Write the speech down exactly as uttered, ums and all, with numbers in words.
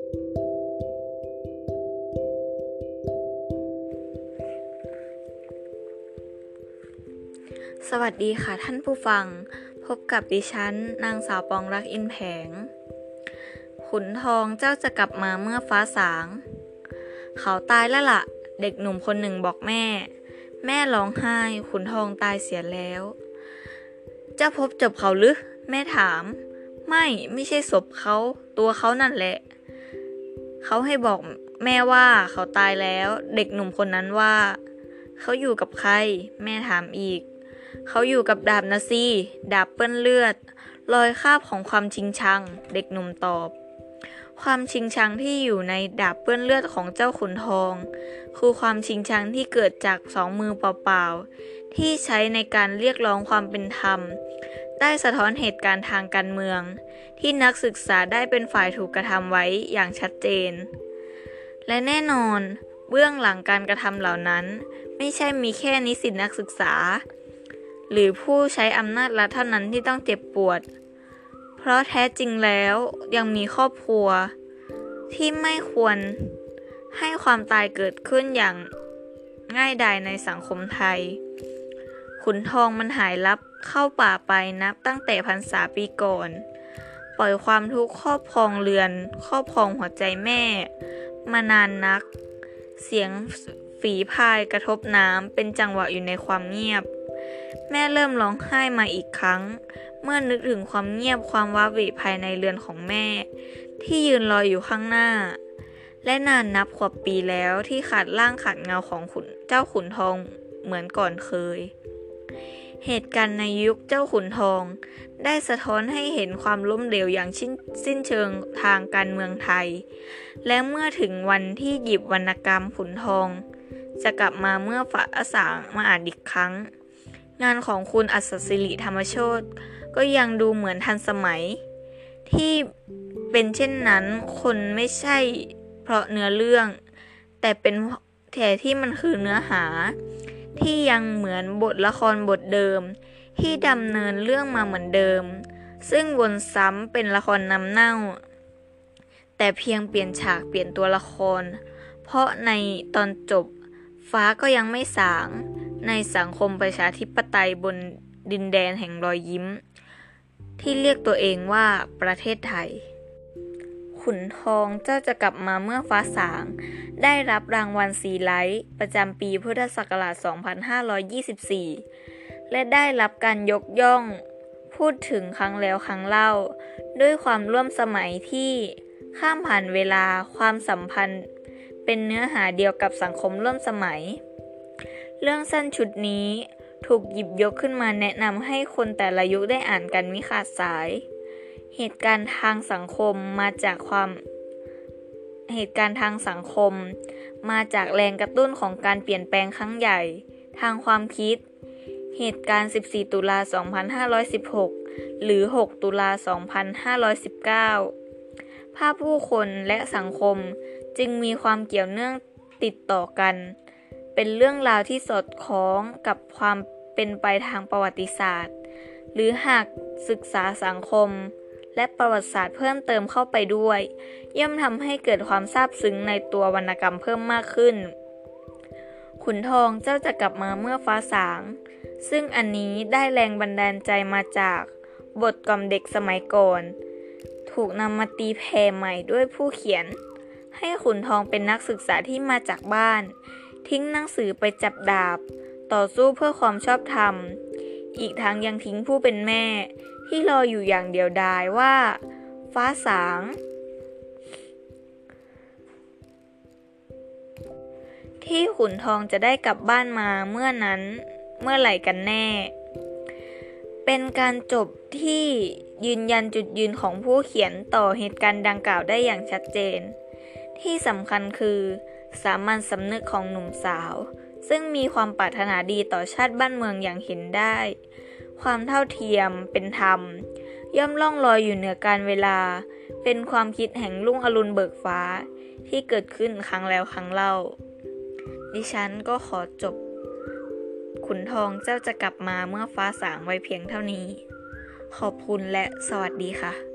สวัสดีค่ะท่านผู้ฟังพบกับดิฉันนางสาวปองรักอินแผงขุนทองเจ้าจะกลับมาเมื่อฟ้าสางเขาตายแล้วล่ะเด็กหนุ่มคนหนึ่งบอกแม่แม่ร้องไห้ขุนทองตายเสียแล้วเจ้าพบศพเขาหรือแม่ถามไม่ไม่ใช่ศพเขาตัวเขานั่นแหละเขาให้บอกแม่ว่าเขาตายแล้วเด็กหนุ่มคนนั้นว่าเขาอยู่กับใครแม่ถามอีกเขาอยู่กับดาบนะสิดาบเปื้อนเลือดรอยคราบของความชิงชังเด็กหนุ่มตอบความชิงชังที่อยู่ในดาบเปื้อนเลือดของเจ้าขุนทองคือความชิงชังที่เกิดจากสองมือเปล่าๆที่ใช้ในการเรียกร้องความเป็นธรรมได้สะท้อนเหตุการณ์ทางการเมืองที่นักศึกษาได้เป็นฝ่ายถูกกระทำไว้อย่างชัดเจนและแน่นอนเบื้องหลังการกระทำเหล่านั้นไม่ใช่มีแค่นิสิตนักศึกษาหรือผู้ใช้อำนาจรัฐเท่านั้นที่ต้องเจ็บปวดเพราะแท้จริงแล้วยังมีครอบครัวที่ไม่ควรให้ความตายเกิดขึ้นอย่างง่ายดายในสังคมไทยขุนทองมันหายลับเข้าป่าไปนับตั้งแต่พรรษาปีก่อนปล่อยความทุกข์ครอบครองเรือนครอบครองหัวใจแม่มานานนักเสียงฝีพายกระทบน้ำเป็นจังหวะอยู่ในความเงียบแม่เริ่มร้องไห้มาอีกครั้งเมื่อนึกถึงความเงียบความว้าเหวภายในเรือนของแม่ที่ยืนรออยู่ข้างหน้าและนานนับกว่าปีแล้วที่ขาดร่างขาดเงาของขุนเจ้าขุนทองเหมือนก่อนเคยเหตุการณ์ในยุคเจ้าขุนทองได้สะท้อนให้เห็นความล้มเหลวอย่างสิ้นเชิงทางการเมืองไทยและเมื่อถึงวันที่หยิบวรรณกรรมขุนทองจะกลับมาเมื่อฟ้าสางมาอ่านอีกครั้งงานของคุณอัศศิริธรรมโชติก็ยังดูเหมือนทันสมัยที่เป็นเช่นนั้นคนไม่ใช่เพราะเนื้อเรื่องแต่เป็นแต่ที่มันคือเนื้อหาที่ยังเหมือนบทละครบทเดิมที่ดำเนินเรื่องมาเหมือนเดิมซึ่งวนซ้ำเป็นละครนำเน่าแต่เพียงเปลี่ยนฉากเปลี่ยนตัวละครเพราะในตอนจบฟ้าก็ยังไม่สางในสังคมประชาธิปไตยบนดินแดนแห่งรอยยิ้มที่เรียกตัวเองว่าประเทศไทยขุนทองเจ้าจะกลับมาเมื่อฟ้าสางได้รับรางวัลซีไลท์ประจำปีพุทธศักราชสองพันห้าร้อยยี่สิบสี่และได้รับการยกย่องพูดถึงครั้งแล้วครั้งเล่าด้วยความร่วมสมัยที่ข้ามผ่านเวลาความสัมพันธ์เป็นเนื้อหาเดียวกับสังคมร่วมสมัยเรื่องสั้นชุดนี้ถูกหยิบยกขึ้นมาแนะนำให้คนแต่ละยุคได้อ่านกันมิขาดสายเหตุการณ์ทางสังคมมาจากความเหตุการณ์ทางสังคมมาจากแรงกระตุ้นของการเปลี่ยนแปลงครั้งใหญ่ทางความคิดเหตุการณ์สิบสี่ตุลาสองพันห้าร้อยสิบหกหรือหกตุลาสองพันห้าร้อยสิบเก้าภาพผู้คนและสังคมจึงมีความเกี่ยวเนื่องติดต่อกันเป็นเรื่องราวที่สอดคล้องกับความเป็นไปทางประวัติศาสตร์หรือหากศึกษาสังคมและประวัติศาสตร์เพิ่มเติมเข้าไปด้วยย่อมทำให้เกิดความซาบซึ้งในตัววรรณกรรมเพิ่มมากขึ้นขุนทองเจ้าจะกลับมาเมื่อฟ้าสางซึ่งอันนี้ได้แรงบันดาลใจมาจากบทกล่อมเด็กสมัยก่อนถูกนำมาตีแผ่ใหม่ด้วยผู้เขียนให้ขุนทองเป็นนักศึกษาที่มาจากบ้านทิ้งหนังสือไปจับดาบต่อสู้เพื่อความชอบธรรมอีกทั้งยังทิ้งผู้เป็นแม่ที่รออยู่อย่างเดียวดายว่าฟ้าสางที่ขุนทองจะได้กลับบ้านมาเมื่อนั้นเมื่อไหร่กันแน่เป็นการจบที่ยืนยันจุดยืนของผู้เขียนต่อเหตุการณ์ดังกล่าวได้อย่างชัดเจนที่สำคัญคือสามัญสำนึกของหนุ่มสาวซึ่งมีความปรารถนาดีต่อชาติบ้านเมืองอย่างเห็นได้ความเท่าเทียมเป็นธรรมย่อมล่องลอยอยู่เหนือการเวลาเป็นความคิดแห่งรุ่งอรุณเบิกฟ้าที่เกิดขึ้นครั้งแล้วครั้งเล่าดิฉันก็ขอจบขุนทองเจ้าจะกลับมาเมื่อฟ้าสางไว้เพียงเท่านี้ขอบคุณและสวัสดีค่ะ